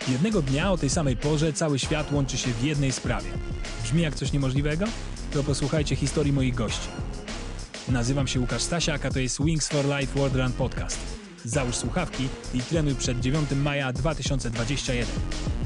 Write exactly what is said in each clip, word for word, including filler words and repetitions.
Jednego dnia o tej samej porze cały świat łączy się w jednej sprawie. Brzmi jak coś niemożliwego? To posłuchajcie historii moich gości. Nazywam się Łukasz Stasiak, a to jest Wings for Life World Run Podcast. Załóż słuchawki i trenuj przed dziewiątego maja dwa tysiące dwudziestego pierwszego.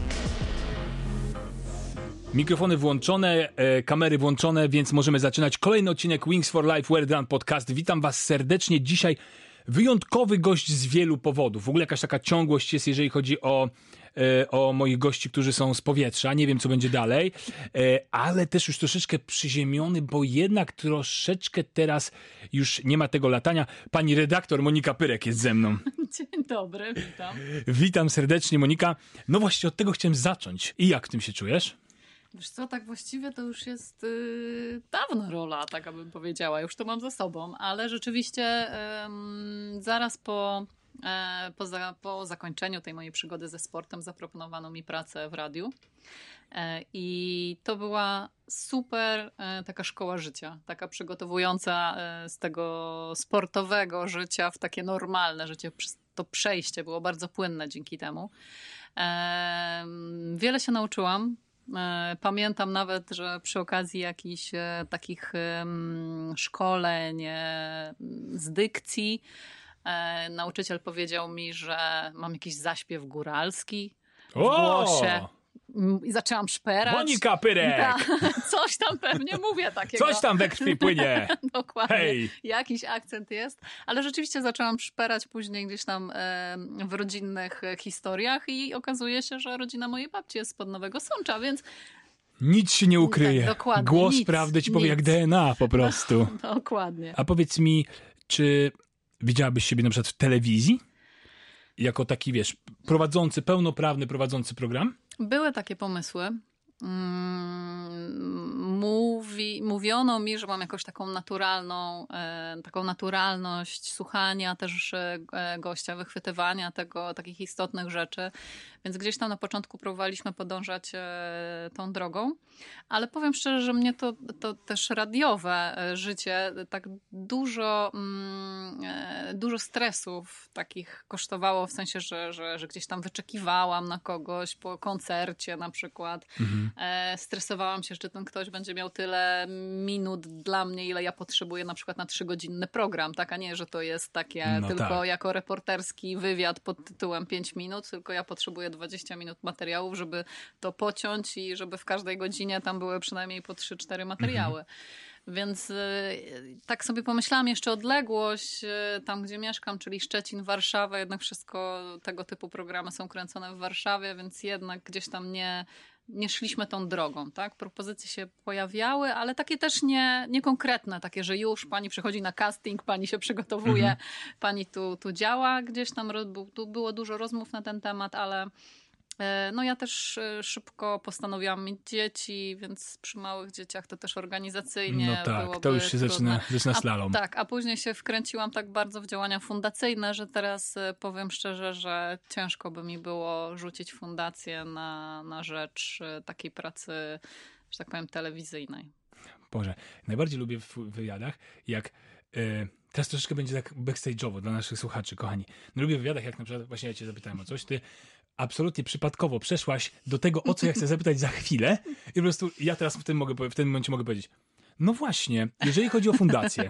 Mikrofony włączone, e, kamery włączone, więc możemy zaczynać kolejny odcinek Wings for Life World Run Podcast. Witam was serdecznie. Dzisiaj wyjątkowy gość z wielu powodów. W ogóle jakaś taka ciągłość jest, jeżeli chodzi o, e, o moich gości, którzy są z powietrza. Nie wiem, co będzie dalej, e, ale też już troszeczkę przyziemiony, bo jednak troszeczkę teraz już nie ma tego latania. Pani redaktor Monika Pyrek jest ze mną. Dzień dobry, witam. Witam serdecznie, Monika. No właśnie od tego chciałem zacząć. I jak w tym się czujesz? Wiesz co, tak właściwie to już jest yy, dawna rola, tak abym powiedziała. Już to mam za sobą, ale rzeczywiście yy, zaraz po, yy, po, za, po zakończeniu tej mojej przygody ze sportem zaproponowano mi pracę w radiu. Yy, I to była super yy, taka szkoła życia, taka przygotowująca yy, z tego sportowego życia w takie normalne życie. To przejście było bardzo płynne dzięki temu. Yy, wiele się nauczyłam. Pamiętam nawet, że przy okazji jakichś takich szkoleń z dykcji nauczyciel powiedział mi, że mam jakiś zaśpiew góralski w głosie. I zaczęłam szperać. Monika Pyrek! Ja, coś tam pewnie mówię takiego. Coś tam we krwi płynie. Dokładnie. Hej. Jakiś akcent jest. Ale rzeczywiście zaczęłam szperać później gdzieś tam e, w rodzinnych historiach i okazuje się, że rodzina mojej babci jest spod Nowego Sącza, więc... Nic się nie ukryje. Tak, dokładnie. Głos nic, prawdy ci nic. powie jak D N A po prostu. No, dokładnie. A powiedz mi, czy widziałabyś siebie na przykład w telewizji? Jako taki, wiesz, prowadzący, pełnoprawny prowadzący program? Były takie pomysły. Mówi, mówiono mi, że mam jakąś taką naturalną, e, taką naturalność słuchania też e, gościa, wychwytywania tego, takich istotnych rzeczy. Więc gdzieś tam na początku próbowaliśmy podążać e, tą drogą. Ale powiem szczerze, że mnie to, to też radiowe życie tak dużo, mm, e, dużo stresów takich kosztowało, w sensie, że, że, że gdzieś tam wyczekiwałam na kogoś po koncercie na przykład. Mhm. E, stresowałam się, że ten ktoś będzie miał tyle minut dla mnie, ile ja potrzebuję na przykład na trzygodzinny program, tak? A nie, że to jest takie no tylko tak. Jako reporterski wywiad pod tytułem pięć minut, tylko ja potrzebuję dwadzieścia minut materiałów, żeby to pociąć i żeby w każdej godzinie tam były przynajmniej po trzy cztery materiały. Mhm. Więc y, tak sobie pomyślałam, jeszcze odległość y, tam, gdzie mieszkam, czyli Szczecin, Warszawa, jednak wszystko tego typu programy są kręcone w Warszawie, więc jednak gdzieś tam nie, nie szliśmy tą drogą, tak? Propozycje się pojawiały, ale takie też nie, niekonkretne, takie, że już pani przychodzi na casting, pani się przygotowuje, mhm. pani tu, tu działa, gdzieś tam tu było dużo rozmów na ten temat, ale no ja też szybko postanowiłam mieć dzieci, więc przy małych dzieciach to też organizacyjnie no tak, byłoby to już się zaczyna, zaczyna slalom. A, tak, a później się wkręciłam tak bardzo w działania fundacyjne, że teraz powiem szczerze, że ciężko by mi było rzucić fundację na, na rzecz takiej pracy, że tak powiem, telewizyjnej. Boże, najbardziej lubię w wywiadach, jak... Yy... Teraz troszeczkę będzie tak backstage'owo dla naszych słuchaczy, kochani. No lubię w wywiadach, jak na przykład, właśnie ja cię zapytałem o coś, ty absolutnie przypadkowo przeszłaś do tego, o co ja chcę zapytać za chwilę i po prostu ja teraz w tym, mogę, w tym momencie mogę powiedzieć, no właśnie, jeżeli chodzi o fundację.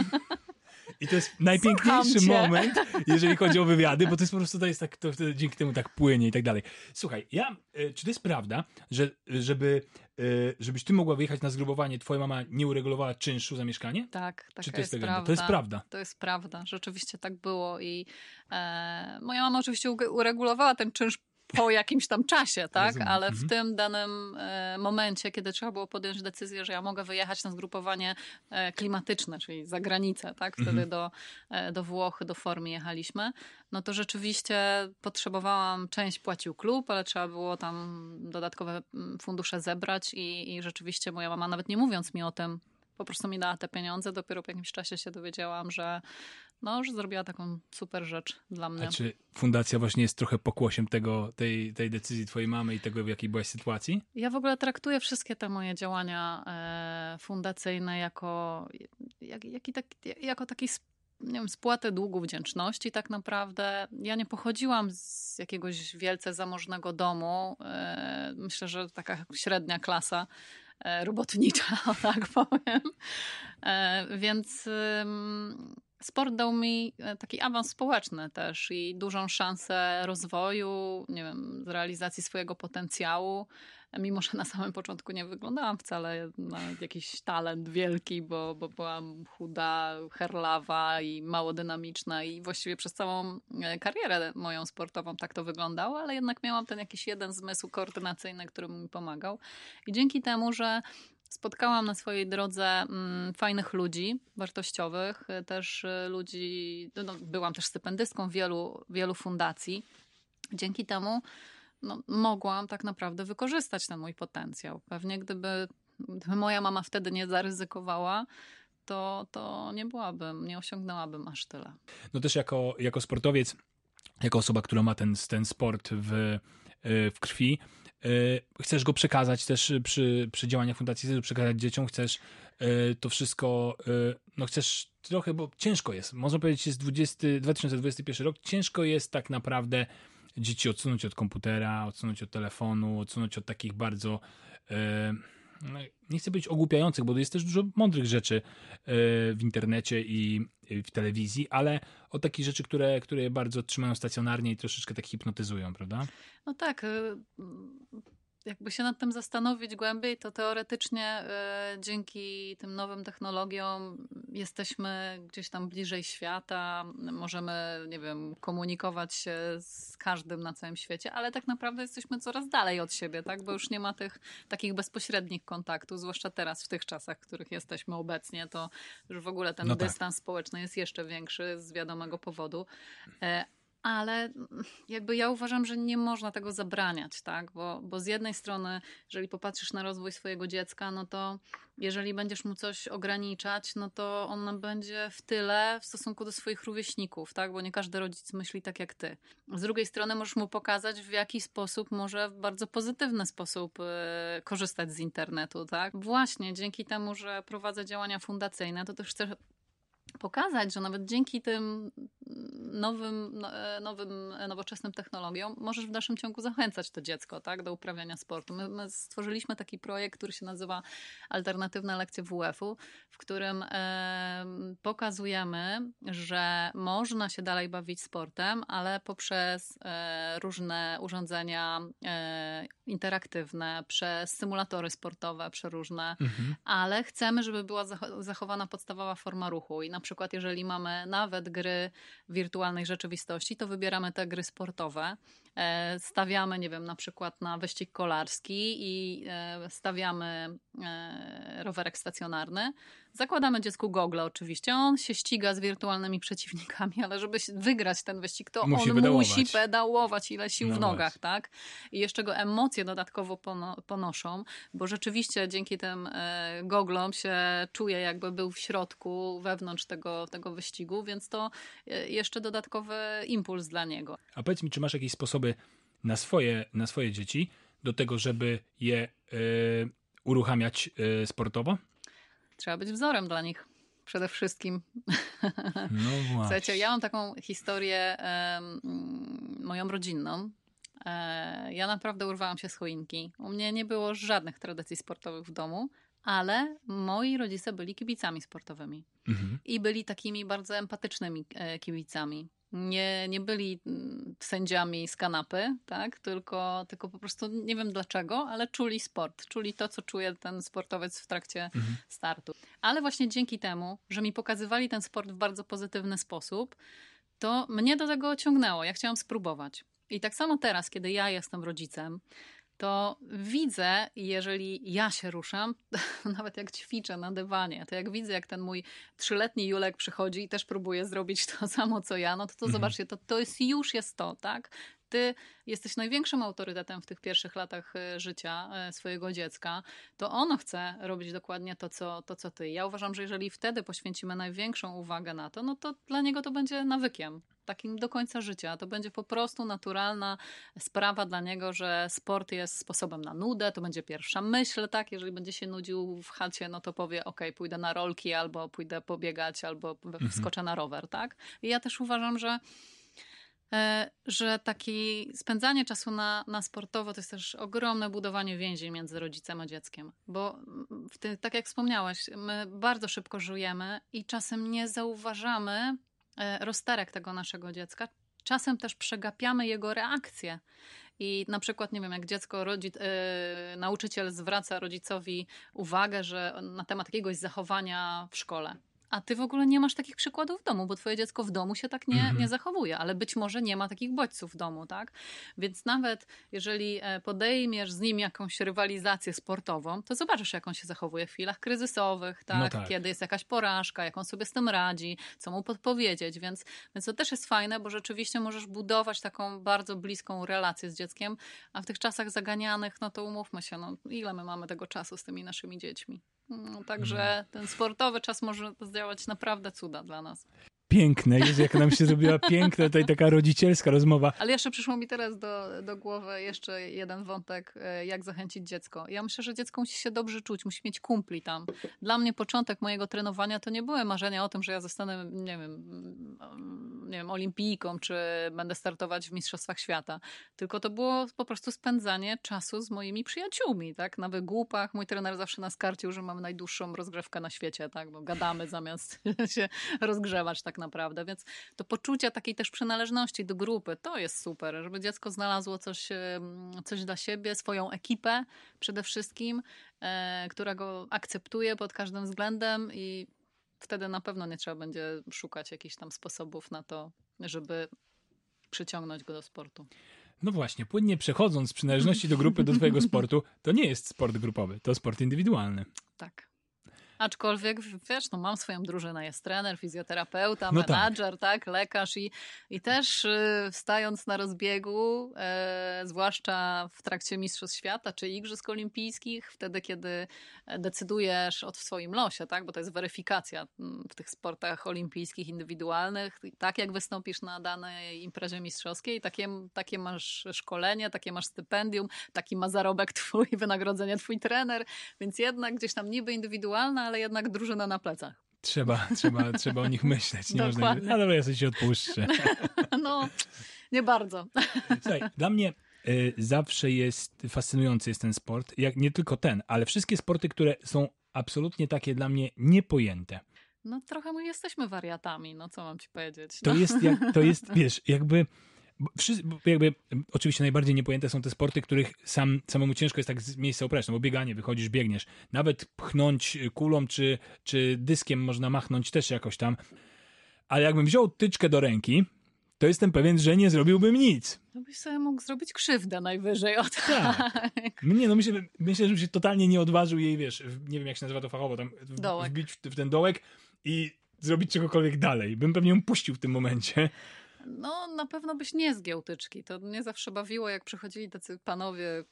I to jest najpiękniejszy moment, jeżeli chodzi o wywiady, bo to jest po prostu, to jest tak, to dzięki temu tak płynie i tak dalej. Słuchaj, ja, czy to jest prawda, że żeby, żebyś ty mogła wyjechać na zgrupowanie, twoja mama nie uregulowała czynszu za mieszkanie? Tak, tak czy to jest, jest prawda. To jest prawda. To jest prawda, rzeczywiście tak było i e, moja mama oczywiście uregulowała ten czynsz po jakimś tam czasie, tak? Rozumiem. Ale mhm. w tym danym e, momencie, kiedy trzeba było podjąć decyzję, że ja mogę wyjechać na zgrupowanie e, klimatyczne, czyli za granicę, tak? Wtedy mhm. do, e, do Włoch, do Formy jechaliśmy, no to rzeczywiście potrzebowałam, część płacił klub, ale trzeba było tam dodatkowe fundusze zebrać i, i rzeczywiście moja mama, nawet nie mówiąc mi o tym, po prostu mi dała te pieniądze. Dopiero po jakimś czasie się dowiedziałam, że no, że zrobiła taką super rzecz dla mnie. A czy fundacja właśnie jest trochę pokłosiem tego, tej, tej decyzji twojej mamy i tego, w jakiej byłaś sytuacji? Ja w ogóle traktuję wszystkie te moje działania e, fundacyjne jako, jak, jak, tak, jako taki nie wiem, spłatę długu wdzięczności tak naprawdę. Ja nie pochodziłam z jakiegoś wielce zamożnego domu. Myślę, że taka średnia klasa robotnicza, o tak powiem. Więc sport dał mi taki awans społeczny też i dużą szansę rozwoju, nie wiem, realizacji swojego potencjału. Mimo że na samym początku nie wyglądałam wcale na jakiś talent wielki, bo, bo byłam chuda, herlawa i mało dynamiczna i właściwie przez całą karierę moją sportową tak to wyglądało, ale jednak miałam ten jakiś jeden zmysł koordynacyjny, który mi pomagał. I dzięki temu, że spotkałam na swojej drodze mm, fajnych ludzi, wartościowych, też ludzi, no, byłam też stypendystką wielu, wielu fundacji. Dzięki temu no, mogłam tak naprawdę wykorzystać ten mój potencjał. Pewnie gdyby, gdyby moja mama wtedy nie zaryzykowała, to, to nie byłabym, nie osiągnęłabym aż tyle. No też jako, jako sportowiec, jako osoba, która ma ten, ten sport w, w krwi, chcesz go przekazać też przy, przy działaniach fundacji, chcesz przekazać dzieciom, chcesz to wszystko, no chcesz trochę, bo ciężko jest, można powiedzieć, jest dwudziesty, dwa tysiące dwudziesty pierwszy rok, ciężko jest tak naprawdę dzieci odsunąć od komputera, odsunąć od telefonu, odsunąć od takich bardzo, no, nie chcę być ogłupiających, bo jest też dużo mądrych rzeczy w internecie i w telewizji, ale od takich rzeczy, które, które bardzo trzymają stacjonarnie i troszeczkę tak hipnotyzują, prawda? No tak. Jakby się nad tym zastanowić głębiej, to teoretycznie y, dzięki tym nowym technologiom jesteśmy gdzieś tam bliżej świata, możemy, nie wiem, komunikować się z każdym na całym świecie, ale tak naprawdę jesteśmy coraz dalej od siebie, tak? Bo już nie ma tych takich bezpośrednich kontaktów, zwłaszcza teraz w tych czasach, w których jesteśmy obecnie, to już w ogóle ten no tak. dystans społeczny jest jeszcze większy z wiadomego powodu. Y, Ale jakby ja uważam, że nie można tego zabraniać, tak? Bo, bo z jednej strony, jeżeli popatrzysz na rozwój swojego dziecka, no to jeżeli będziesz mu coś ograniczać, no to on będzie w tyle w stosunku do swoich rówieśników, tak? Bo nie każdy rodzic myśli tak jak ty. Z drugiej strony możesz mu pokazać, w jaki sposób może w bardzo pozytywny sposób yy, korzystać z internetu, tak? Właśnie dzięki temu, że prowadzę działania fundacyjne, to też chcę pokazać, że nawet dzięki tym nowym, nowym, nowoczesnym technologiom możesz w dalszym ciągu zachęcać to dziecko, tak, do uprawiania sportu. My, my stworzyliśmy taki projekt, który się nazywa Alternatywne Lekcje W F-u, w którym e, pokazujemy, że można się dalej bawić sportem, ale poprzez e, różne urządzenia e, interaktywne, przez symulatory sportowe przeróżne, mhm. ale chcemy, żeby była zachowana podstawowa forma ruchu i na przykład jeżeli mamy nawet gry wirtualnej rzeczywistości, to wybieramy te gry sportowe, stawiamy, nie wiem, na przykład na wyścig kolarski i stawiamy rowerek stacjonarny, zakładamy dziecku gogle oczywiście, on się ściga z wirtualnymi przeciwnikami, ale żeby wygrać ten wyścig, to musi on pedałować. musi pedałować ile sił no w nogach, właśnie. tak? I jeszcze go emocje dodatkowo pono- ponoszą, bo rzeczywiście dzięki tym e, goglom się czuje, jakby był w środku, wewnątrz tego, tego wyścigu, więc to e, jeszcze dodatkowy impuls dla niego. A powiedz mi, czy masz jakieś sposoby na swoje, na swoje dzieci do tego, żeby je e, uruchamiać e, sportowo? Trzeba być wzorem dla nich. Przede wszystkim. No właśnie. Słuchajcie, ja mam taką historię um, moją rodzinną. E, ja naprawdę urwałam się z choinki. U mnie nie było żadnych tradycji sportowych w domu, ale moi rodzice byli kibicami sportowymi. Mhm. I byli takimi bardzo empatycznymi e, kibicami. Nie, nie byli sędziami z kanapy, tak? tylko, tylko po prostu nie wiem dlaczego, ale czuli sport, czuli to, co czuje ten sportowiec w trakcie mhm. startu. Ale właśnie dzięki temu, że mi pokazywali ten sport w bardzo pozytywny sposób, to mnie do tego ciągnęło. Ja chciałam spróbować. I tak samo teraz, kiedy ja jestem rodzicem, to widzę, jeżeli ja się ruszam, nawet jak ćwiczę na dywanie, to jak widzę, jak ten mój trzyletni Julek przychodzi i też próbuje zrobić to samo, co ja, no to, to mhm. zobaczcie, to, to jest już jest to, tak? ty jesteś największym autorytetem w tych pierwszych latach życia swojego dziecka, to ono chce robić dokładnie to co, to, co ty. Ja uważam, że jeżeli wtedy poświęcimy największą uwagę na to, no to dla niego to będzie nawykiem. Takim do końca życia. To będzie po prostu naturalna sprawa dla niego, że sport jest sposobem na nudę, to będzie pierwsza myśl, tak? Jeżeli będzie się nudził w chacie, no to powie, ok, pójdę na rolki, albo pójdę pobiegać, albo wskoczę mhm. na rower, tak? I ja też uważam, że że taki spędzanie czasu na, na sportowo to jest też ogromne budowanie więzi między rodzicem a dzieckiem. Bo w ty, tak jak wspomniałaś, my bardzo szybko żyjemy i czasem nie zauważamy rozterek tego naszego dziecka. Czasem też przegapiamy jego reakcje. I na przykład, nie wiem, jak dziecko, rodzic, yy, nauczyciel zwraca rodzicowi uwagę, że na temat jakiegoś zachowania w szkole. A ty w ogóle nie masz takich przykładów w domu, bo twoje dziecko w domu się tak nie, mhm. nie zachowuje, ale być może nie ma takich bodźców w domu, tak? Więc nawet jeżeli podejmiesz z nim jakąś rywalizację sportową, to zobaczysz, jak on się zachowuje w chwilach kryzysowych, tak? No tak. Kiedy jest jakaś porażka, jak on sobie z tym radzi, co mu podpowiedzieć, więc, więc to też jest fajne, bo rzeczywiście możesz budować taką bardzo bliską relację z dzieckiem, a w tych czasach zaganianych, no to umówmy się, no ile my mamy tego czasu z tymi naszymi dziećmi? No, także ten sportowy czas może zdziałać naprawdę cuda dla nas. Piękne, jest jak nam się zrobiła piękna tutaj taka rodzicielska rozmowa. Ale jeszcze przyszło mi teraz do, do głowy jeszcze jeden wątek, jak zachęcić dziecko. Ja myślę, że dziecko musi się dobrze czuć, musi mieć kumpli tam. Dla mnie początek mojego trenowania to nie były marzenia o tym, że ja zostanę, nie wiem, nie wiem, olimpijką, czy będę startować w Mistrzostwach Świata. Tylko to było po prostu spędzanie czasu z moimi przyjaciółmi, tak? Na wygłupach. Mój trener zawsze nas karcił, że mamy najdłuższą rozgrzewkę na świecie, tak? Bo gadamy zamiast się rozgrzewać tak naprawdę, więc to poczucie takiej też przynależności do grupy, to jest super, żeby dziecko znalazło coś, coś dla siebie, swoją ekipę przede wszystkim, e, która go akceptuje pod każdym względem i wtedy na pewno nie trzeba będzie szukać jakichś tam sposobów na to, żeby przyciągnąć go do sportu. No właśnie, płynnie przechodząc z przynależności do grupy do twojego sportu, to nie jest sport grupowy, to sport indywidualny. Tak. Aczkolwiek, wiesz, no mam swoją drużynę, jest trener, fizjoterapeuta, no menadżer, tak. tak, lekarz i, i też y, stając na rozbiegu, e, zwłaszcza w trakcie Mistrzostw Świata czy Igrzysk Olimpijskich, wtedy, kiedy decydujesz o swoim losie, tak, bo to jest weryfikacja w tych sportach olimpijskich, indywidualnych, tak jak wystąpisz na danej imprezie mistrzowskiej, takie, takie masz szkolenie, takie masz stypendium, taki ma zarobek twój, wynagrodzenie twój trener, więc jednak gdzieś tam niby indywidualna, ale jednak drużyna na plecach. Trzeba, trzeba, trzeba o nich myśleć. Nie można. A dobra, ja sobie się odpuszczę. No, nie bardzo. Słuchaj, dla mnie y, zawsze jest fascynujący jest ten sport. Jak nie tylko ten, ale wszystkie sporty, które są absolutnie takie dla mnie niepojęte. No trochę my jesteśmy wariatami, no co mam ci powiedzieć. No. To jest, jak, to jest, wiesz, jakby... Jakby, oczywiście najbardziej niepojęte są te sporty, których sam, samemu ciężko jest tak z miejsca uprawiać, no bo bieganie, wychodzisz, biegniesz. Nawet pchnąć kulą czy, czy dyskiem można machnąć też jakoś tam. Ale jakbym wziął tyczkę do ręki, to jestem pewien, że nie zrobiłbym nic. No byś sobie mógł zrobić krzywdę najwyżej. O tak. Nie, no myślę, myślę, żebym się totalnie nie odważył jej, wiesz, nie wiem jak się nazywa to fachowo, tam dołek. wbić w, w ten dołek i zrobić czegokolwiek dalej. Bym pewnie ją puścił w tym momencie. No, na pewno byś nie zgiął tyczki. To mnie zawsze bawiło, jak przychodzili tacy panowie,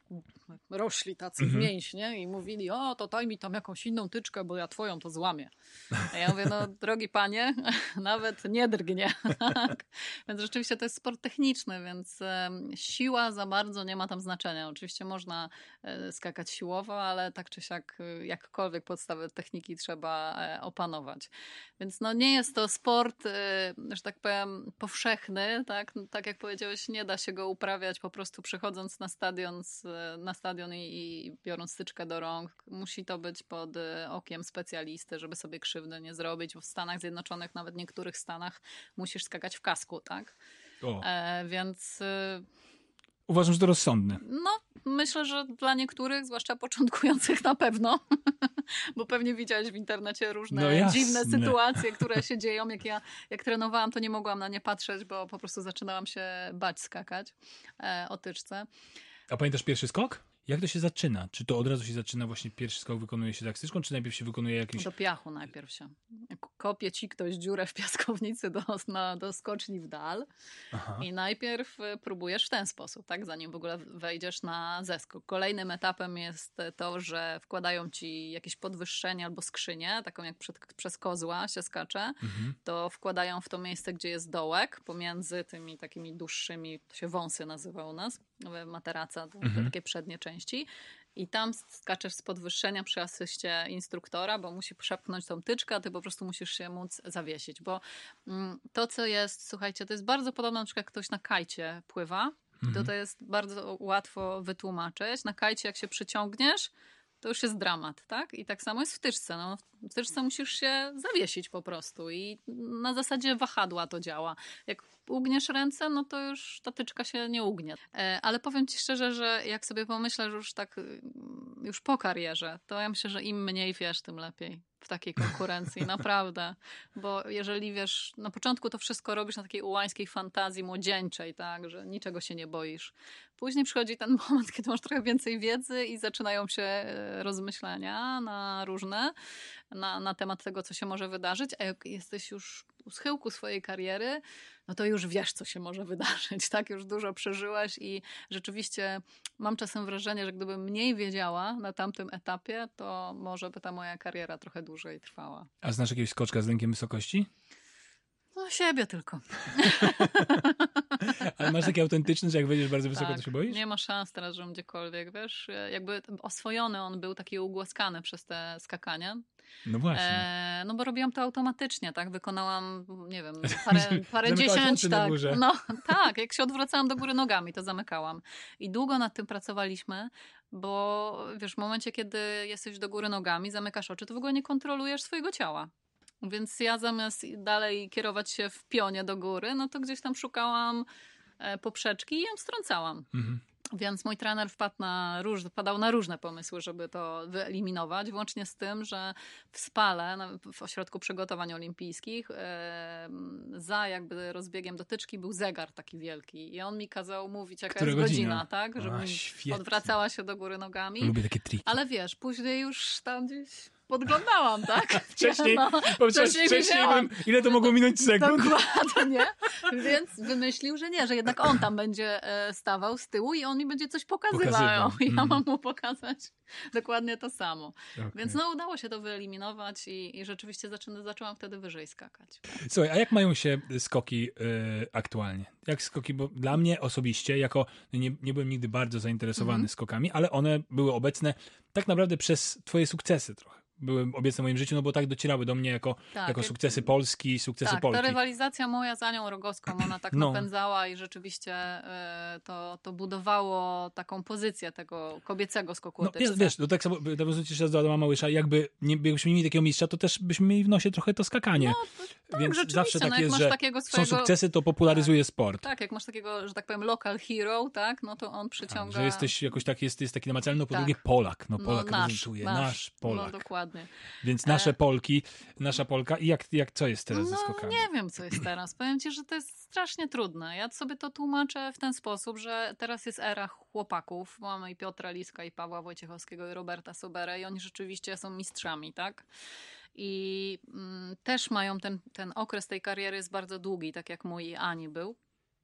rośli tacy mm-hmm. w mięśnie i mówili, o, to daj mi tam jakąś inną tyczkę, bo ja twoją to złamię. A ja mówię, no drogi panie, nawet nie drgnie. Więc rzeczywiście to jest sport techniczny, więc e, siła za bardzo nie ma tam znaczenia. Oczywiście można e, skakać siłowo, ale tak czy siak jakkolwiek podstawy techniki trzeba e, opanować. Więc no nie jest to sport, e, że tak powiem, powszechny, tak? Tak jak powiedziałeś, nie da się go uprawiać po prostu przychodząc na stadion z na stadion i, i biorąc styczkę do rąk. Musi to być pod okiem specjalisty, żeby sobie krzywdy nie zrobić, bo w Stanach Zjednoczonych, nawet w niektórych stanach musisz skakać w kasku, tak? E, więc... Y... Uważam, że to rozsądne. No, myślę, że dla niektórych, zwłaszcza początkujących na pewno, bo pewnie widziałeś w internecie różne no dziwne sytuacje, które się dzieją. Jak ja jak trenowałam, to nie mogłam na nie patrzeć, bo po prostu zaczynałam się bać skakać e, o tyczce. A pamiętasz pierwszy skok? Jak to się zaczyna? Czy to od razu się zaczyna, właśnie pierwszy skok wykonuje się tak styczką, czy najpierw się wykonuje jakimś... Do piachu najpierw się. Jak kopie ci ktoś dziurę w piaskownicy do, na, do skoczni w dal Aha. i najpierw próbujesz w ten sposób, tak, zanim w ogóle wejdziesz na zeskok. Kolejnym etapem jest to, że wkładają ci jakieś podwyższenie albo skrzynię, taką jak przed, przez kozła się skacze, Mhm. to wkładają w to miejsce, gdzie jest dołek, pomiędzy tymi takimi dłuższymi, to się wąsy nazywa u nas, materaca, to, Mhm. to takie przednie części. I tam skaczesz z podwyższenia przy asyście instruktora, bo musi przepchnąć tą tyczkę, a ty po prostu musisz się móc zawiesić. Bo mm, to, co jest, słuchajcie, to jest bardzo podobne, na przykład jak ktoś na kajcie pływa, Mhm. to to jest bardzo łatwo wytłumaczyć. Na kajcie jak się przyciągniesz, to już jest dramat, tak? I tak samo jest w tyczce. No, w tyczce musisz się zawiesić po prostu i na zasadzie wahadła to działa. Jak ugniesz ręce, no to już ta tyczka się nie ugnie. E, ale powiem ci szczerze, że jak sobie pomyślę, że już tak już po karierze, to ja myślę, że im mniej wiesz, tym lepiej w takiej konkurencji, naprawdę. Bo jeżeli wiesz, na początku to wszystko robisz na takiej ułańskiej fantazji młodzieńczej, tak, że niczego się nie boisz. Później przychodzi ten moment, kiedy masz trochę więcej wiedzy i zaczynają się rozmyślania na różne, na, na temat tego, co się może wydarzyć, a jak jesteś już u schyłku swojej kariery, no to już wiesz, co się może wydarzyć, tak? Już dużo przeżyłaś i rzeczywiście mam czasem wrażenie, że gdybym mniej wiedziała na tamtym etapie, to może by ta moja kariera trochę dłużej trwała. A znasz jakiegoś skoczka z lękiem wysokości? No siebie tylko. Ale masz taki autentyczny, że jak wejdziesz bardzo wysoko, Tak, to się boisz? nie ma szans teraz, żebym gdziekolwiek, wiesz, jakby oswojony on był, taki ugłaskany przez te skakania. No właśnie. E, no bo robiłam to automatycznie, tak? Wykonałam, nie wiem, parę, parę Zamykałaś dziesięć, oczy na tak. górze. No tak, jak się odwracałam do góry nogami, to zamykałam. I długo nad tym pracowaliśmy, bo wiesz, w momencie, kiedy jesteś do góry nogami, zamykasz oczy, to w ogóle nie kontrolujesz swojego ciała. Więc ja zamiast dalej kierować się w pionie do góry, no to gdzieś tam szukałam poprzeczki i ją strącałam. Mhm. Więc mój trener wpadł na róż, wpadał na różne pomysły, żeby to wyeliminować, włącznie z tym, że w Spale, w Ośrodku Przygotowań Olimpijskich, za jakby rozbiegiem dotyczki był zegar taki wielki i on mi kazał mówić, jaka Która jest godzina, godzina? tak? Żebym A, odwracała się do góry nogami. Lubię takie triki. Ale wiesz, później już tam gdzieś podglądałam, tak? Wcześniej, no, wcześniej, wcześniej bym, ile to mogło minąć sekund? Dokładnie. Więc wymyślił, że nie, że jednak on tam będzie stawał z tyłu i on mi będzie coś pokazywał. Pokazywał. I ja Mm. mam mu pokazać dokładnie to samo. Okay. Więc no udało się to wyeliminować i, i rzeczywiście zaczę, zaczęłam wtedy wyżej skakać. Słuchaj, a jak mają się skoki y, aktualnie? Jak skoki, bo dla mnie osobiście, jako nie, nie byłem nigdy bardzo zainteresowany mm. skokami, ale one były obecne tak naprawdę przez twoje sukcesy trochę. Były obecne w moim życiu, no bo tak docierały do mnie jako, tak, jako sukcesy Polski, sukcesy tak, Polki. Ta rywalizacja moja z Anią Rogowską, ona tak no. napędzała i rzeczywiście y, to, to budowało taką pozycję tego kobiecego skoku no, jest, wiesz, to tak samo, nawiązując jeszcze raz do Adama Małysza, jakby nie, jakbyśmy nie mieli takiego mistrza, to też byśmy mieli w nosie trochę to skakanie. No, to, tak, więc zawsze tak no, jest, że swojego... są sukcesy, to popularyzuje tak, sport. Tak, jak masz takiego, że tak powiem, local hero, tak, no to on przyciąga... Tak, że jesteś jakoś tak, jest, jest taki namacalny, no po tak. drugie Polak, no Polak no, nasz, reprezentuje, nasz, nasz Polak. No dokładnie. Więc nasze Polki, nasza Polka i jak, jak co jest teraz no, ze skokami? Nie wiem, co jest teraz. Powiem ci, że to jest strasznie trudne. Ja sobie to tłumaczę w ten sposób, że teraz jest era chłopaków. Mamy i Piotra Liska, i Pawła Wojciechowskiego, i Roberta Soberę i oni rzeczywiście są mistrzami, tak? I mm, też mają ten, ten okres tej kariery jest bardzo długi, tak jak mój i Ani był.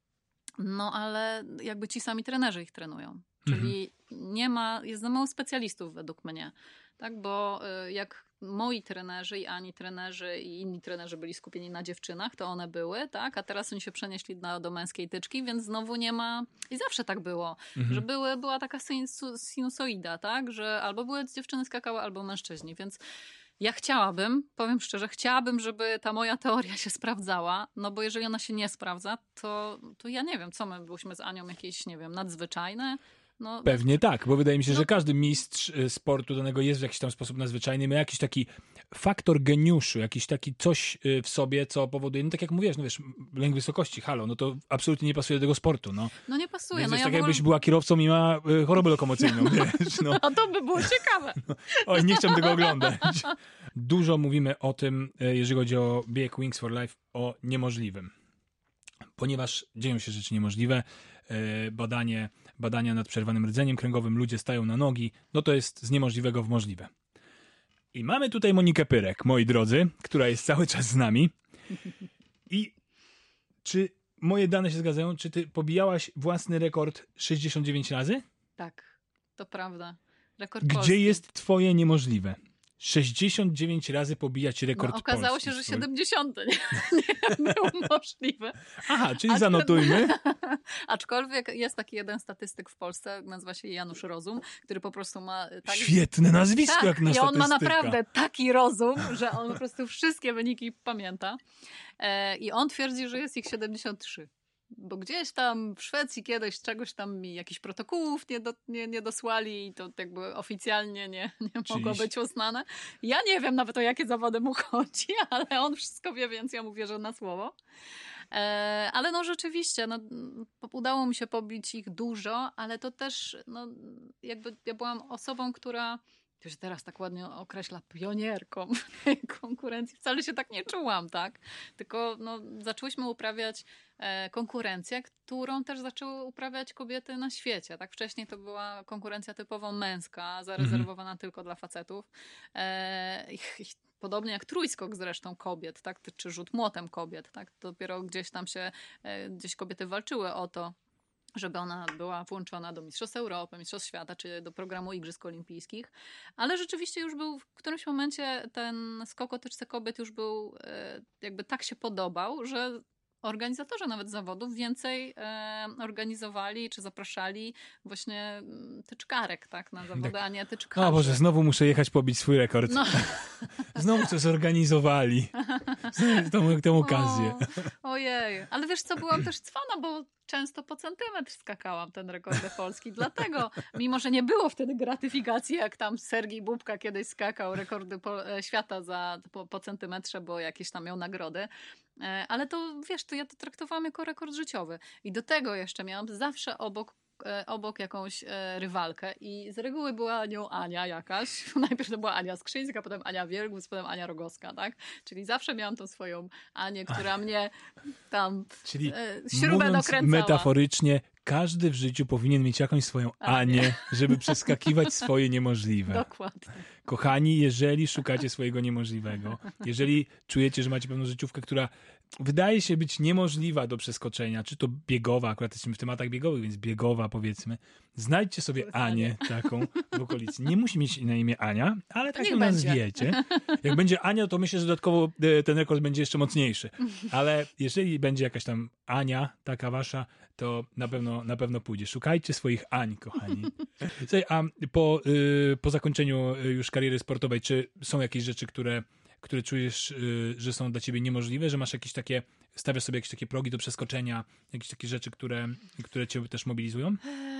No ale jakby ci sami trenerzy ich trenują. Czyli mhm. nie ma, jest za mało specjalistów według mnie. Tak, bo y, jak moi trenerzy i Ani trenerzy i inni trenerzy byli skupieni na dziewczynach, to one były, tak, a teraz oni się przenieśli na, do męskiej tyczki, więc znowu nie ma, i zawsze tak było, mhm. że były, była taka sinusoida, tak, że albo były dziewczyny skakały, albo mężczyźni, więc ja chciałabym, powiem szczerze, chciałabym, żeby ta moja teoria się sprawdzała, no bo jeżeli ona się nie sprawdza, to, to ja nie wiem, co my byliśmy z Anią jakieś, nie wiem, nadzwyczajne. No, Pewnie tak, bo wydaje mi się, no, że każdy mistrz sportu danego jest w jakiś tam sposób nadzwyczajny, ma jakiś taki faktor geniuszu, jakiś taki coś w sobie, co powoduje, no tak jak mówisz, no wiesz, lęk wysokości, halo, no to absolutnie nie pasuje do tego sportu, no. No nie pasuje. Więc no jest ja tak, ogóle... jakbyś była kierowcą i ma chorobę lokomocyjną, wiesz, no. A to by było ciekawe. No. Oj, nie chciałem tego oglądać. Dużo mówimy o tym, jeżeli chodzi o bieg Wings for Life, o niemożliwym. ponieważ dzieją się rzeczy niemożliwe, badanie, badania nad przerwanym rdzeniem kręgowym, ludzie stają na nogi, no to jest z niemożliwego w możliwe. I mamy tutaj Monikę Pyrek, moi drodzy, która jest cały czas z nami. I czy moje dane się zgadzają? Czy ty pobijałaś własny rekord sześćdziesiąt dziewięć razy? Tak, to prawda. Rekord Gdzie polski. jest twoje niemożliwe? sześćdziesiąt dziewięć razy pobijać rekord No, okazało polski się, że swój. siedemdziesiąt nie, nie było możliwe. Aha, czyli Aczkolwiek- zanotujmy. Aczkolwiek jest taki jeden statystyk w Polsce, nazywa się Janusz Rozum, który po prostu ma... Tak, Świetne nazwisko tak, jak na i on ma statystyka. naprawdę taki rozum, że on po prostu wszystkie wyniki pamięta. E, I on twierdzi, że jest ich siedemdziesiąt trzy. Bo gdzieś tam w Szwecji kiedyś czegoś tam mi jakichś protokołów nie, do, nie, nie dosłali i to jakby oficjalnie nie, nie mogło Czyli- być uznane. Ja nie wiem nawet o jakie zawody mu chodzi, ale on wszystko wie, więc ja mu wierzę na słowo. E, ale no rzeczywiście, no, udało mi się pobić ich dużo, ale to też no, jakby ja byłam osobą, która to się teraz tak ładnie określa pionierką w tej konkurencji. Wcale się tak nie czułam, tak? Tylko no, zaczęłyśmy uprawiać e, konkurencję, którą też zaczęły uprawiać kobiety na świecie. Tak? Wcześniej to była konkurencja typowo męska, zarezerwowana mhm. tylko dla facetów. E, i, i, Podobnie jak trójskok zresztą kobiet, tak? Czy rzut młotem kobiet. Tak? Dopiero gdzieś tam się, e, gdzieś kobiety walczyły o to, żeby ona była włączona do Mistrzostw Europy, Mistrzostw Świata, czy do programu Igrzysk Olimpijskich. Ale rzeczywiście już był w którymś momencie ten skok o tyczce kobiet już był, e, jakby tak się podobał, że organizatorzy nawet zawodów więcej e, organizowali, czy zapraszali właśnie tyczkarek, tak, na zawody, tak. A nie tyczkarzy. O Boże, znowu muszę jechać pobić swój rekord. No. Znowu to zorganizowali. Znowu tą, tą okazję. O, ojej, ale wiesz co, byłam też cwana, bo często po centymetr skakałam ten rekord polski. Dlatego, mimo że nie było wtedy gratyfikacji, jak tam Sergiej Bubka kiedyś skakał rekordy po, świata za, po, po centymetrze, bo jakieś tam miał nagrody. Ale to, wiesz, to ja to traktowałam jako rekord życiowy. I do tego jeszcze miałam zawsze obok obok jakąś e, rywalkę i z reguły była nią Ania jakaś. Najpierw to była Ania Skrzyńska, potem Ania Wiergus, potem Ania Rogowska, tak? Czyli zawsze miałam tą swoją Anię, która Ach. mnie tam Czyli e, śrubę dokręcała. Metaforycznie, każdy w życiu powinien mieć jakąś swoją Anię, Anię żeby przeskakiwać swoje niemożliwe. Dokładnie. Kochani, jeżeli szukacie swojego niemożliwego, jeżeli czujecie, że macie pewną życiówkę, która wydaje się być niemożliwa do przeskoczenia, czy to biegowa, akurat jesteśmy w tematach biegowych, więc biegowa powiedzmy, znajdźcie sobie Anię taką w okolicy. Nie musi mieć na imię Ania, ale tak ją nazwiecie. Jak będzie Ania, to myślę, że dodatkowo ten rekord będzie jeszcze mocniejszy. Ale jeżeli będzie jakaś tam Ania, taka wasza, to na pewno, na pewno pójdzie. Szukajcie swoich Ań, kochani. Słuchaj, a po, yy, po zakończeniu już kariery sportowej, czy są jakieś rzeczy, które które czujesz, że są dla ciebie niemożliwe, że masz jakieś takie, stawiasz sobie jakieś takie progi do przeskoczenia, jakieś takie rzeczy, które, które cię też mobilizują?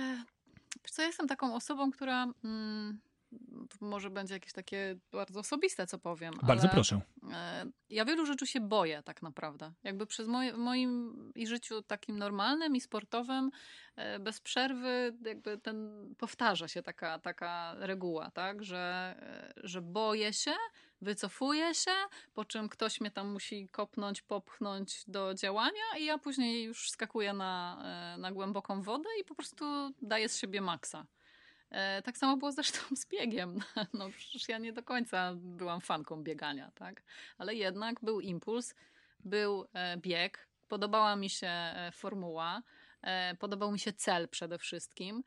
Wiesz co, ja jestem taką osobą, która mm, to może będzie jakieś takie bardzo osobiste, co powiem. Bardzo ale, proszę. E, ja wielu rzeczy się boję tak naprawdę. Jakby przez moje, moim i życiu takim normalnym i sportowym e, bez przerwy jakby ten powtarza się taka, taka reguła, tak, że, e, że boję się, wycofuję się, po czym ktoś mnie tam musi kopnąć, popchnąć do działania i ja później już skakuję na, na głęboką wodę i po prostu daję z siebie maksa. E, tak samo było zresztą z biegiem. No przecież ja nie do końca byłam fanką biegania, tak? Ale jednak był impuls, był e, bieg, podobała mi się e, formuła, e, podobał mi się cel przede wszystkim.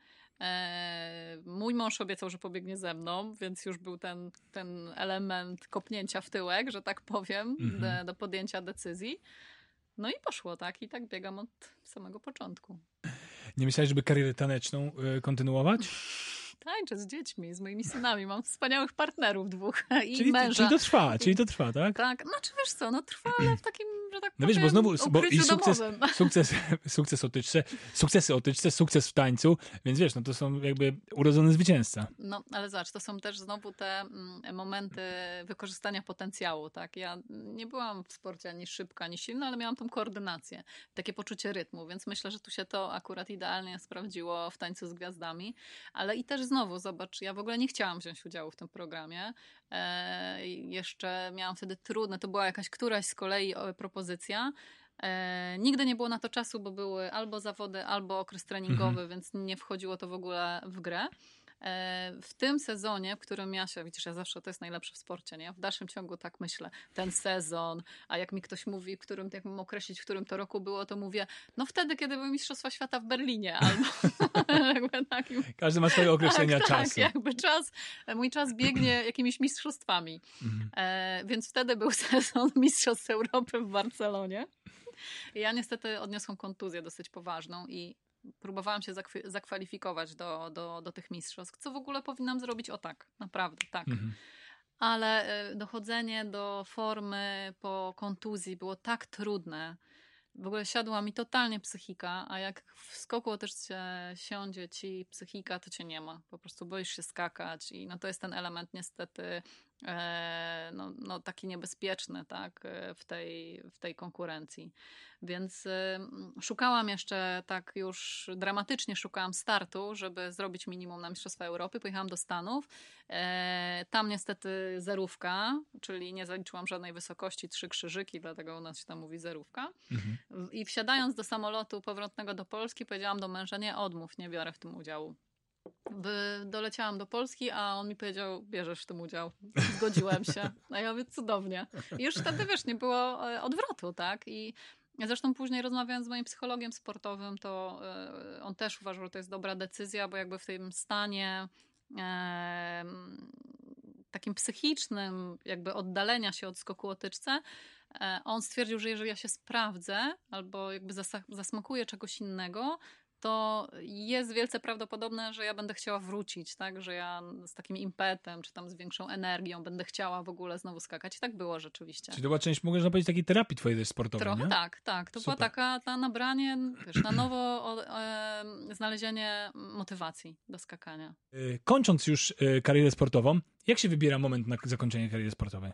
E, mój mąż obiecał, że pobiegnie ze mną, więc już był ten, ten element kopnięcia w tyłek, że tak powiem, mm-hmm. do, do podjęcia decyzji. No i poszło, tak? I tak biegam od samego początku. Nie myślałeś, żeby karierę taneczną y, kontynuować? Tańczę z dziećmi, z moimi synami. Mam wspaniałych partnerów dwóch i czyli, męża. Czyli to trwa, czyli to trwa, tak? Tak, no czy wiesz co, no trwa, ale w takim, że tak no powiem, wiesz, bo znowu, bo i sukces, domowym. sukces, sukces o tyczce, sukcesy o tyczce, sukces w tańcu, więc wiesz, no to są jakby urodzony zwycięzca. No, ale zobacz, to są też znowu te mm, momenty wykorzystania potencjału, tak? Ja nie byłam w sporcie ani szybka, ani silna, ale miałam tą koordynację, takie poczucie rytmu, więc myślę, że tu się to akurat idealnie sprawdziło w Tańcu z Gwiazdami, ale i też znowu, zobacz, ja w ogóle nie chciałam wziąć udziału w tym programie. E, jeszcze miałam wtedy trudne, to była jakaś któraś z kolei propozycja, E, nigdy nie było na to czasu, bo były albo zawody, albo okres treningowy, mhm. więc nie wchodziło to w ogóle w grę. W tym sezonie, w którym ja się, widzisz, ja zawsze to jest najlepsze w sporcie, nie? W dalszym ciągu tak myślę, ten sezon, a jak mi ktoś mówi, w którym, jak mam określić, w którym to roku było, to mówię, no wtedy, kiedy były Mistrzostwa Świata w Berlinie, albo jakby takim... Każdy ma swoje określenia tak, czasu. Tak, jakby czas, mój czas biegnie jakimiś mistrzostwami. Mhm. E, więc wtedy był sezon Mistrzostw Europy w Barcelonie. I ja niestety odniosłam kontuzję dosyć poważną i próbowałam się zakw- zakwalifikować do, do, do tych mistrzostw, co w ogóle powinnam zrobić o tak, naprawdę tak. Mhm. Ale dochodzenie do formy po kontuzji było tak trudne. W ogóle siadła mi totalnie psychika, a jak w skoku też się siądzie ci psychika, to cię nie ma. Po prostu boisz się skakać i no to jest ten element niestety e, no, no taki niebezpieczny, tak, w tej, w tej konkurencji. Więc e, szukałam jeszcze tak już dramatycznie szukałam startu, żeby zrobić minimum na Mistrzostwa Europy. Pojechałam do Stanów. E, tam niestety zerówka, czyli nie zaliczyłam żadnej wysokości, trzy krzyżyki, dlatego u nas się tam mówi zerówka. Mhm. I wsiadając do samolotu powrotnego do Polski, powiedziałam do męża, nie odmów, nie biorę w tym udziału. Doleciałam do Polski, a on mi powiedział, bierzesz w tym udział. Zgodziłem się. A ja mówię, cudownie. I już wtedy, wiesz, nie było odwrotu, tak? I zresztą później rozmawiając z moim psychologiem sportowym, to on też uważał, że to jest dobra decyzja, bo jakby w tym stanie e, takim psychicznym, jakby oddalenia się od skoku o tyczce, on stwierdził, że jeżeli ja się sprawdzę albo jakby zas- zasmakuję czegoś innego, to jest wielce prawdopodobne, że ja będę chciała wrócić, tak? Że ja z takim impetem, czy tam z większą energią będę chciała w ogóle znowu skakać. I tak było rzeczywiście. Czyli to była część, można powiedzieć, takiej terapii twojej też sportowej, Trochę nie? tak, tak. To Super. Była taka ta nabranie, wiesz, na nowo o, e, znalezienie motywacji do skakania. Kończąc już karierę sportową, jak się wybiera moment na zakończenie kariery sportowej?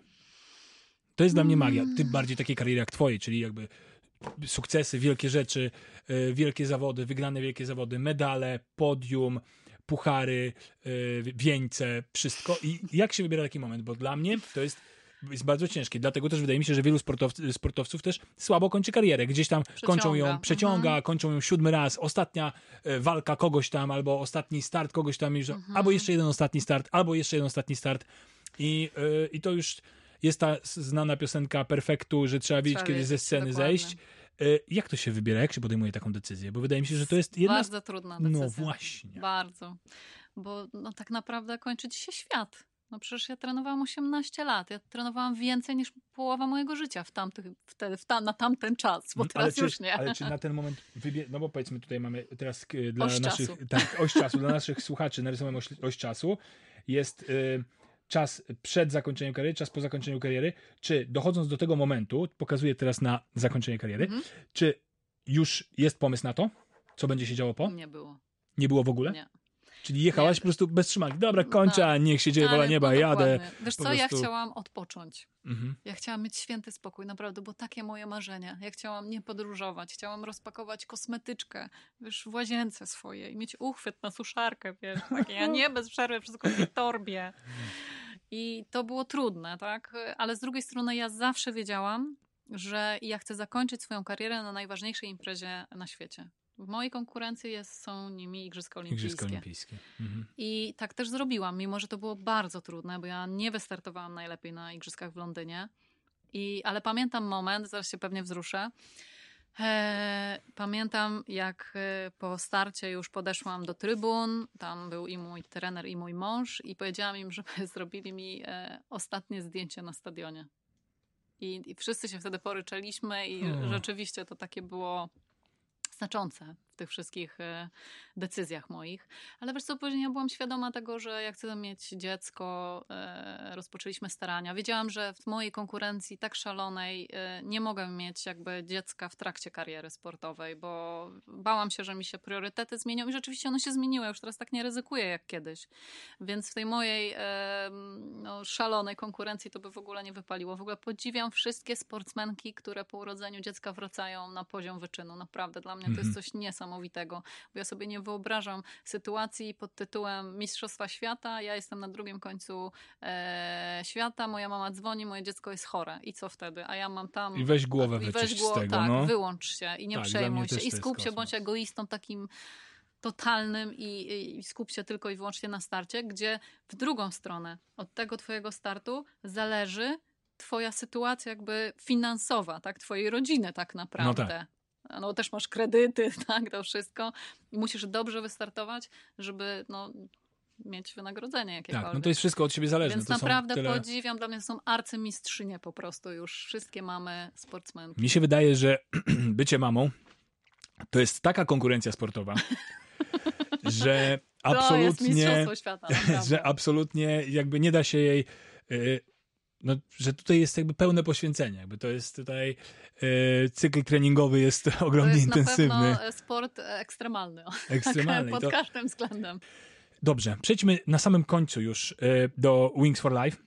To jest dla mnie magia. Tym bardziej takiej kariery jak twojej, czyli jakby sukcesy, wielkie rzeczy, wielkie zawody, wygrane wielkie zawody, medale, podium, puchary, wieńce, wszystko. I jak się wybiera taki moment? Bo dla mnie to jest, jest bardzo ciężkie. Dlatego też wydaje mi się, że wielu sportow- sportowców też słabo kończy karierę. Gdzieś tam przeciąga. kończą ją, przeciąga, mhm. kończą ją siódmy raz, ostatnia walka kogoś tam, albo ostatni start kogoś tam, już, mhm. albo jeszcze jeden ostatni start, albo jeszcze jeden ostatni start. I, yy, i to już jest ta znana piosenka Perfektu, że trzeba wiedzieć, kiedy ze sceny dokładnie. zejść. Jak to się wybiera? Jak się podejmuje taką decyzję? Bo wydaje mi się, że to jest jedna... Bardzo trudna decyzja. No właśnie. Bardzo. Bo no, tak naprawdę kończy ci się świat. No przecież ja trenowałam osiemnaście lat. Ja trenowałam więcej niż połowa mojego życia w tamtych, wtedy, w ta, na tamten czas, bo teraz czy, już nie. Ale czy na ten moment wybie... No bo powiedzmy, tutaj mamy teraz dla oś naszych... Czasu. Tak, oś czasu. Dla naszych słuchaczy narysowałem oś, oś czasu. Jest... Y... czas przed zakończeniem kariery, czas po zakończeniu kariery, czy dochodząc do tego momentu, pokazuję teraz na zakończenie kariery, mm-hmm. czy już jest pomysł na to, co będzie się działo po? Nie było. Nie było w ogóle? Nie. Czyli jechałaś nie. po prostu bez trzymanki. Dobra, kończę, a niech się dzieje wola nieba, jadę. Wiesz co, prostu... ja chciałam odpocząć. Mhm. Ja chciałam mieć święty spokój, naprawdę, bo takie moje marzenia. Ja chciałam nie podróżować, chciałam rozpakować kosmetyczkę, wiesz, w łazience swojej, mieć uchwyt na suszarkę, wiesz, takie, a nie bez przerwy wszystko w tej torbie. I to było trudne, tak? Ale z drugiej strony ja zawsze wiedziałam, że ja chcę zakończyć swoją karierę na najważniejszej imprezie na świecie. W mojej konkurencji jest, są nimi Igrzyska Olimpijskie. Igrzyska Olimpijskie. Mhm. I tak też zrobiłam, mimo że to było bardzo trudne, bo ja nie wystartowałam najlepiej na Igrzyskach w Londynie. I, ale pamiętam moment, zaraz się pewnie wzruszę, e, pamiętam jak po starcie już podeszłam do trybun, tam był i mój trener, i mój mąż i powiedziałam im, żeby zrobili mi e, ostatnie zdjęcie na stadionie. I, i wszyscy się wtedy poryczeliśmy i hmm. rzeczywiście to takie było znaczące w tych wszystkich e, decyzjach moich. Ale wiesz co, później ja byłam świadoma tego, że ja chcę mieć dziecko, e, rozpoczęliśmy starania. Wiedziałam, że w mojej konkurencji tak szalonej e, nie mogę mieć jakby dziecka w trakcie kariery sportowej, bo bałam się, że mi się priorytety zmienią i rzeczywiście one się zmieniły. Już teraz tak nie ryzykuję jak kiedyś. Więc w tej mojej e, no, szalonej konkurencji to by w ogóle nie wypaliło. W ogóle podziwiam wszystkie sportsmenki, które po urodzeniu dziecka wracają na poziom wyczynu. Naprawdę dla mnie to jest coś niesamowitego. niesamowitego, bo ja sobie nie wyobrażam sytuacji pod tytułem Mistrzostwa Świata, ja jestem na drugim końcu e, świata, moja mama dzwoni, moje dziecko jest chore i co wtedy? A ja mam tam... I weź głowę a, i wyczyść weź głowę, z tego, tak, no. wyłącz się i nie Tak, dla przejmuj mnie się też i to jest skup się, kosmos. bądź egoistą takim totalnym i, i skup się tylko i wyłącznie na starcie, gdzie w drugą stronę od tego twojego startu zależy twoja sytuacja jakby finansowa, tak, twojej rodziny tak naprawdę. No tak. No też masz kredyty, tak, to wszystko i musisz dobrze wystartować, żeby no, mieć wynagrodzenie jakiekolwiek. Tak, no to jest wszystko od siebie zależne. Więc to naprawdę są tyle... podziwiam, dla mnie to są arcymistrzynie po prostu już. Wszystkie mamy sportsmenki. Mi się wydaje, że bycie mamą to jest taka konkurencja sportowa, że To jest absolutnie, mistrzostwo świata. Naprawdę. że absolutnie jakby nie da się jej, yy, no, że tutaj jest jakby pełne poświęcenie. Jakby to jest tutaj yy, cykl treningowy jest ogromnie to jest intensywny. na pewno sport ekstremalny. Ekstremalny. Pod To... każdym względem. Dobrze, przejdźmy na samym końcu już yy, do Wings for Life,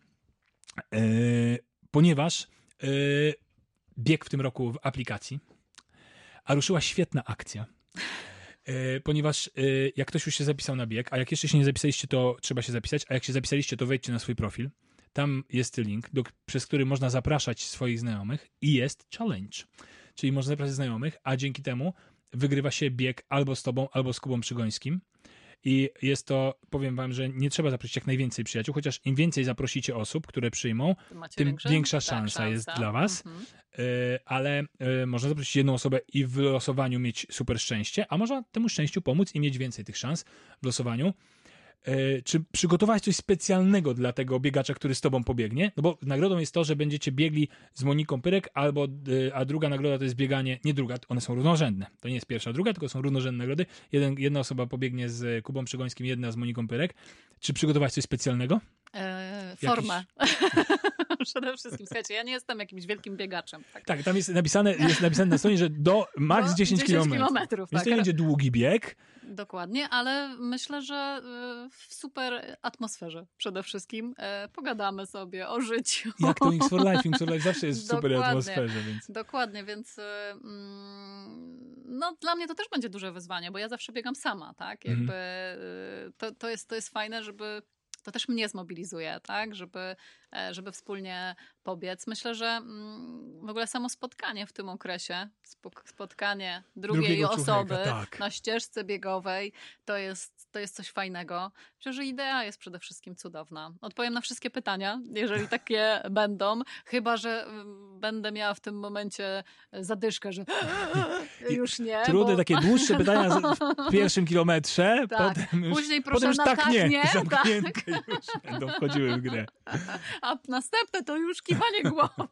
yy, ponieważ yy, bieg w tym roku w aplikacji, a ruszyła świetna akcja. E, ponieważ e, jak ktoś już się zapisał na bieg, a jak jeszcze się nie zapisaliście, to trzeba się zapisać, a jak się zapisaliście, to wejdźcie na swój profil. Tam jest link, do, przez który można zapraszać swoich znajomych i jest challenge. Czyli można zapraszać znajomych, a dzięki temu wygrywa się bieg albo z tobą, albo z Kubą Przygońskim. I jest to, powiem wam, że nie trzeba zaprosić jak najwięcej przyjaciół, chociaż im więcej zaprosicie osób, które przyjmą, tym większy? większa tak, szansa, szansa jest dla was. Mhm. Y, ale y, można zaprosić jedną osobę i w losowaniu mieć super szczęście, a można temu szczęściu pomóc i mieć więcej tych szans w losowaniu. Y, czy przygotować coś specjalnego dla tego biegacza, który z tobą pobiegnie? No bo nagrodą jest to, że będziecie biegli z Moniką Pyrek, albo, y, a druga nagroda to jest bieganie, nie druga, one są równorzędne. To nie jest pierwsza, druga, tylko są równorzędne nagrody. Jeden, jedna osoba pobiegnie z Kubą Przygońskim, jedna z Moniką Pyrek. Czy przygotować coś specjalnego? E, formę. Przede wszystkim, słuchajcie, ja nie jestem jakimś wielkim biegaczem. Tak, tak tam jest napisane, jest napisane na stronie, że do max do dziesięć kilometrów. Więc tak. to nie będzie długi bieg. Dokładnie, ale myślę, że w super atmosferze przede wszystkim pogadamy sobie o życiu. Jak to Wings for Life? Wings for Life zawsze jest w super atmosferze. Więc... Dokładnie, więc no, dla mnie to też będzie duże wyzwanie, bo ja zawsze biegam sama, tak? Jakby mhm. to, to, jest, to jest fajne, żeby to też mnie zmobilizuje, tak? Żeby, żeby wspólnie pobiec. Myślę, że w ogóle samo spotkanie w tym okresie, spotkanie drugiej Drugiego osoby człowieka, tak. na ścieżce biegowej, to jest, to jest coś fajnego. Myślę, że idea jest przede wszystkim cudowna. Odpowiem na wszystkie pytania, jeżeli takie będą, chyba że będę miała w tym momencie zadyszkę, że już nie. Trudne, bo... takie dłuższe pytania w pierwszym kilometrze, tak. potem już, Później proszę potem już na tak, tak nie, nie zamknięte tak. już będą wchodziły w grę. A następne to już kiwanie głową.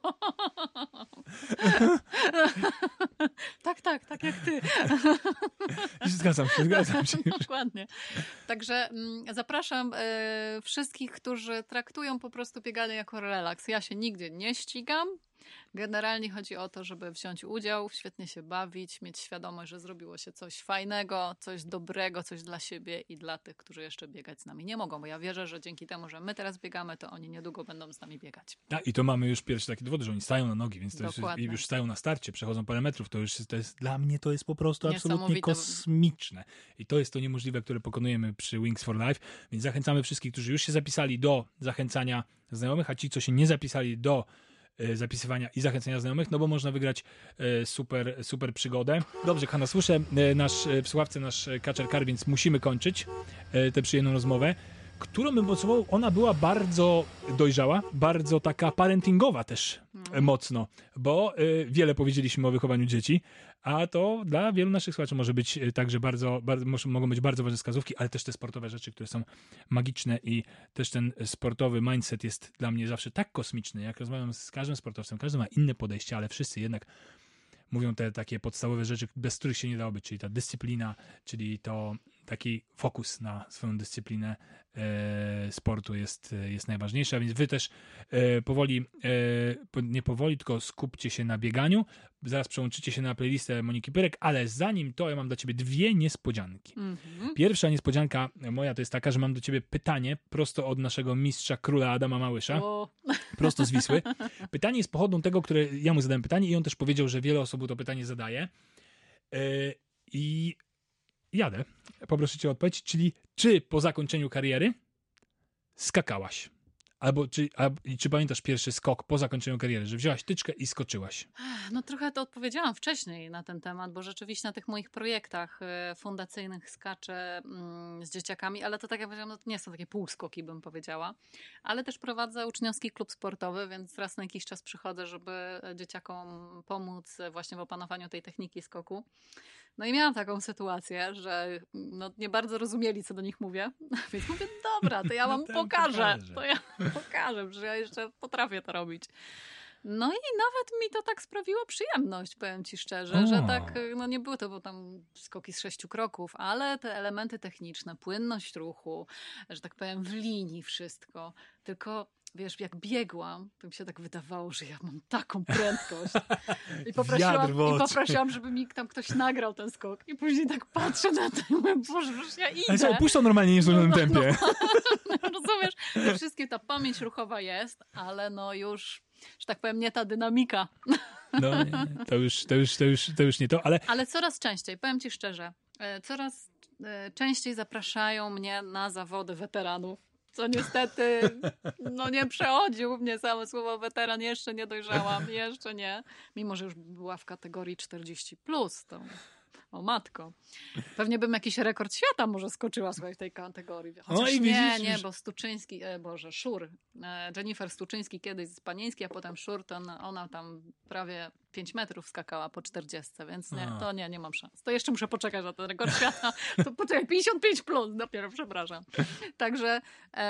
tak, tak, tak jak ty. Zgadzam się, zgadzam się. Dokładnie. Także mm, zapraszam y, wszystkich, którzy traktują po prostu bieganie jako relaks. Ja się nigdzie nie ścigam. Generalnie chodzi o to, żeby wziąć udział, świetnie się bawić, mieć świadomość, że zrobiło się coś fajnego, coś dobrego, coś dla siebie i dla tych, którzy jeszcze biegać z nami nie mogą, bo ja wierzę, że dzięki temu, że my teraz biegamy, to oni niedługo będą z nami biegać. A, i to mamy już pierwsze takie dowody, że oni stają na nogi, więc to już, Dokładnie. już stają na starcie, przechodzą parę metrów, to już to jest, dla mnie to jest po prostu absolutnie Niesamowite. kosmiczne. I to jest to niemożliwe, które pokonujemy przy Wings for Life, więc zachęcamy wszystkich, którzy już się zapisali do zachęcania znajomych, a ci, co się nie zapisali do zapisywania i zachęcenia znajomych, no bo można wygrać super, super przygodę. Dobrze, Hanna, słyszę nasz, w słuchawce nasz Kaczor Kar, więc musimy kończyć tę przyjemną rozmowę, którą bym podsumował, ona była bardzo dojrzała, bardzo taka parentingowa też mm. mocno, bo wiele powiedzieliśmy o wychowaniu dzieci, a to dla wielu naszych słuchaczy może być także bardzo, bardzo mogą być bardzo ważne wskazówki, ale też te sportowe rzeczy, które są magiczne i też ten sportowy mindset jest dla mnie zawsze tak kosmiczny. Jak rozmawiam z każdym sportowcem, każdy ma inne podejście, ale wszyscy jednak mówią te takie podstawowe rzeczy, bez których się nie da obyć, czyli ta dyscyplina, czyli to taki fokus na swoją dyscyplinę e, sportu jest, jest najważniejszy, a więc wy też e, powoli, e, nie powoli, tylko skupcie się na bieganiu, zaraz przełączycie się na playlistę Moniki Pyrek, ale zanim to ja mam dla ciebie dwie niespodzianki. Mm-hmm. Pierwsza niespodzianka moja to jest taka, że mam do ciebie pytanie prosto od naszego mistrza króla Adama Małysza, o. prosto z Wisły. Pytanie jest pochodną tego, które ja mu zadałem pytanie i on też powiedział, że wiele osób to pytanie zadaje. E, I jadę. Poproszę cię o odpowiedź, czyli czy po zakończeniu kariery skakałaś? Albo czy, a, czy pamiętasz pierwszy skok po zakończeniu kariery, że wzięłaś tyczkę i skoczyłaś? No trochę to odpowiedziałam wcześniej na ten temat, bo rzeczywiście na tych moich projektach fundacyjnych skaczę z dzieciakami, ale to tak jak powiedziałam, no to nie są takie półskoki, bym powiedziała. Ale też prowadzę uczniowski klub sportowy, więc raz na jakiś czas przychodzę, żeby dzieciakom pomóc właśnie w opanowaniu tej techniki skoku. No i miałam taką sytuację, że no nie bardzo rozumieli, co do nich mówię, więc mówię, dobra, to ja wam No pokażę, pokażę. to ja pokażę, że ja jeszcze potrafię to robić. No i nawet mi to tak sprawiło przyjemność, powiem ci szczerze, O. że tak, no nie były to, bo tam skoki z sześciu kroków, ale te elementy techniczne, płynność ruchu, że tak powiem w linii wszystko, tylko wiesz, jak biegłam, to mi się tak wydawało, że ja mam taką prędkość. I poprosiłam, i poprosiłam, żeby mi tam ktoś nagrał ten skok. I później tak patrzę na to i mówię, Boże, już ja idę. Ale słuchaj, puść to normalnie, nie w złym no, tempie. No, rozumiesz, że wszystkie ta pamięć ruchowa jest, ale no już, że tak powiem, nie ta dynamika. No, nie, to, już, to, już, to, już, to już nie to, ale... Ale coraz częściej, powiem ci szczerze, coraz częściej zapraszają mnie na zawody weteranów. Co niestety no nie przechodził mnie samo słowo weteran, jeszcze nie dojrzałam, jeszcze nie. Mimo, że już była w kategorii czterdzieści plus, to o matko. Pewnie bym jakiś rekord świata może skoczyła, słuchaj, w tej kategorii. Chociaż O, i nie, widzisz, nie, już... bo Stuczyński, e, Boże, Szur, e, Jennifer Stuczyński kiedyś z Panieński, a potem Szur, to ona, ona tam prawie pięć metrów skakała po czterdziestce, więc nie, to nie, nie mam szans. To jeszcze muszę poczekać na ten rekord świata. To poczekaj, pięćdziesiąt pięć plus dopiero, przepraszam. Także,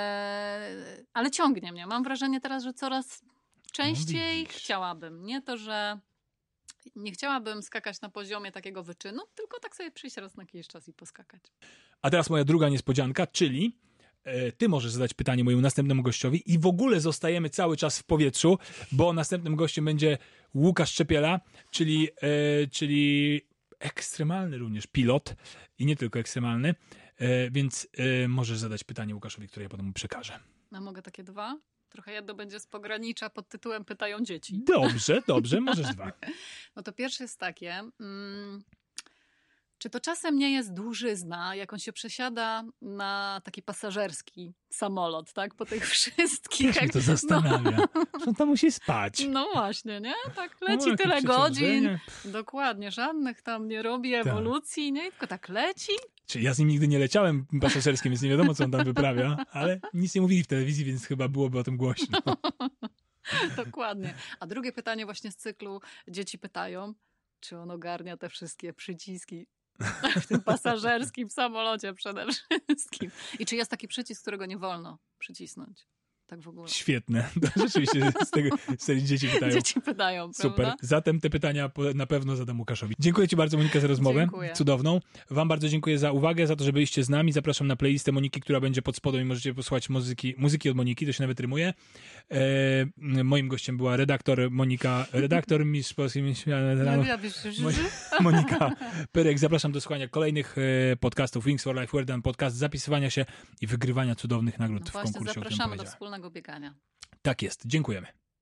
e, ale ciągnie mnie. Mam wrażenie teraz, że coraz częściej no chciałabym. Nie to, że nie chciałabym skakać na poziomie takiego wyczynu, tylko tak sobie przyjść raz na jakiś czas i poskakać. A teraz moja druga niespodzianka, czyli e, ty możesz zadać pytanie mojemu następnemu gościowi i w ogóle zostajemy cały czas w powietrzu, bo następnym gościem będzie Łukasz Czepiela, czyli, e, czyli ekstremalny również pilot i nie tylko ekstremalny, e, więc e, możesz zadać pytanie Łukaszowi, które ja potem mu przekażę. A mogę takie dwa? Trochę jedno będzie z pogranicza pod tytułem Pytają dzieci. Dobrze, dobrze, możesz dwa. No to pierwsze jest takie, mm, czy to czasem nie jest dłużyzna, jak on się przesiada na taki pasażerski samolot, tak? Po tych wszystkich... Też mnie to zastanawia. No. On tam musi spać. No właśnie, nie? Tak leci no, tyle godzin. Dokładnie, żadnych tam nie robi ewolucji, tak. Nie? Tylko tak leci. Czy ja z nim nigdy nie leciałem pasażerskim, więc nie wiadomo, co on tam wyprawia, ale nic nie mówili w telewizji, więc chyba byłoby o tym głośno. Dokładnie. A drugie pytanie właśnie z cyklu dzieci pytają, czy on ogarnia te wszystkie przyciski w tym pasażerskim samolocie przede wszystkim. I czy jest taki przycisk, którego nie wolno przycisnąć? Tak w ogóle. Świetne. To rzeczywiście z tego z serii dzieci pytają. Dzieci pytają, Super. Prawda? Zatem te pytania na pewno zadam Łukaszowi. Dziękuję ci bardzo, Monika, za rozmowę. Dziękuję. Cudowną. Wam bardzo dziękuję za uwagę, za to, że byliście z nami. Zapraszam na playlistę Moniki, która będzie pod spodem i możecie posłuchać muzyki, muzyki od Moniki, to się nawet rymuje. E, moim gościem była redaktor Monika, redaktor mistrz polskiej No, ja wiesz, Monika Pyrek. Zapraszam do słuchania kolejnych e, podcastów Wings for Life, World Podcast, zapisywania się i wygrywania cudownych nagród no w właśnie, konkursie, o którym zapraszamy do powiedziałem. wspólnego biegania. Tak jest. Dziękujemy.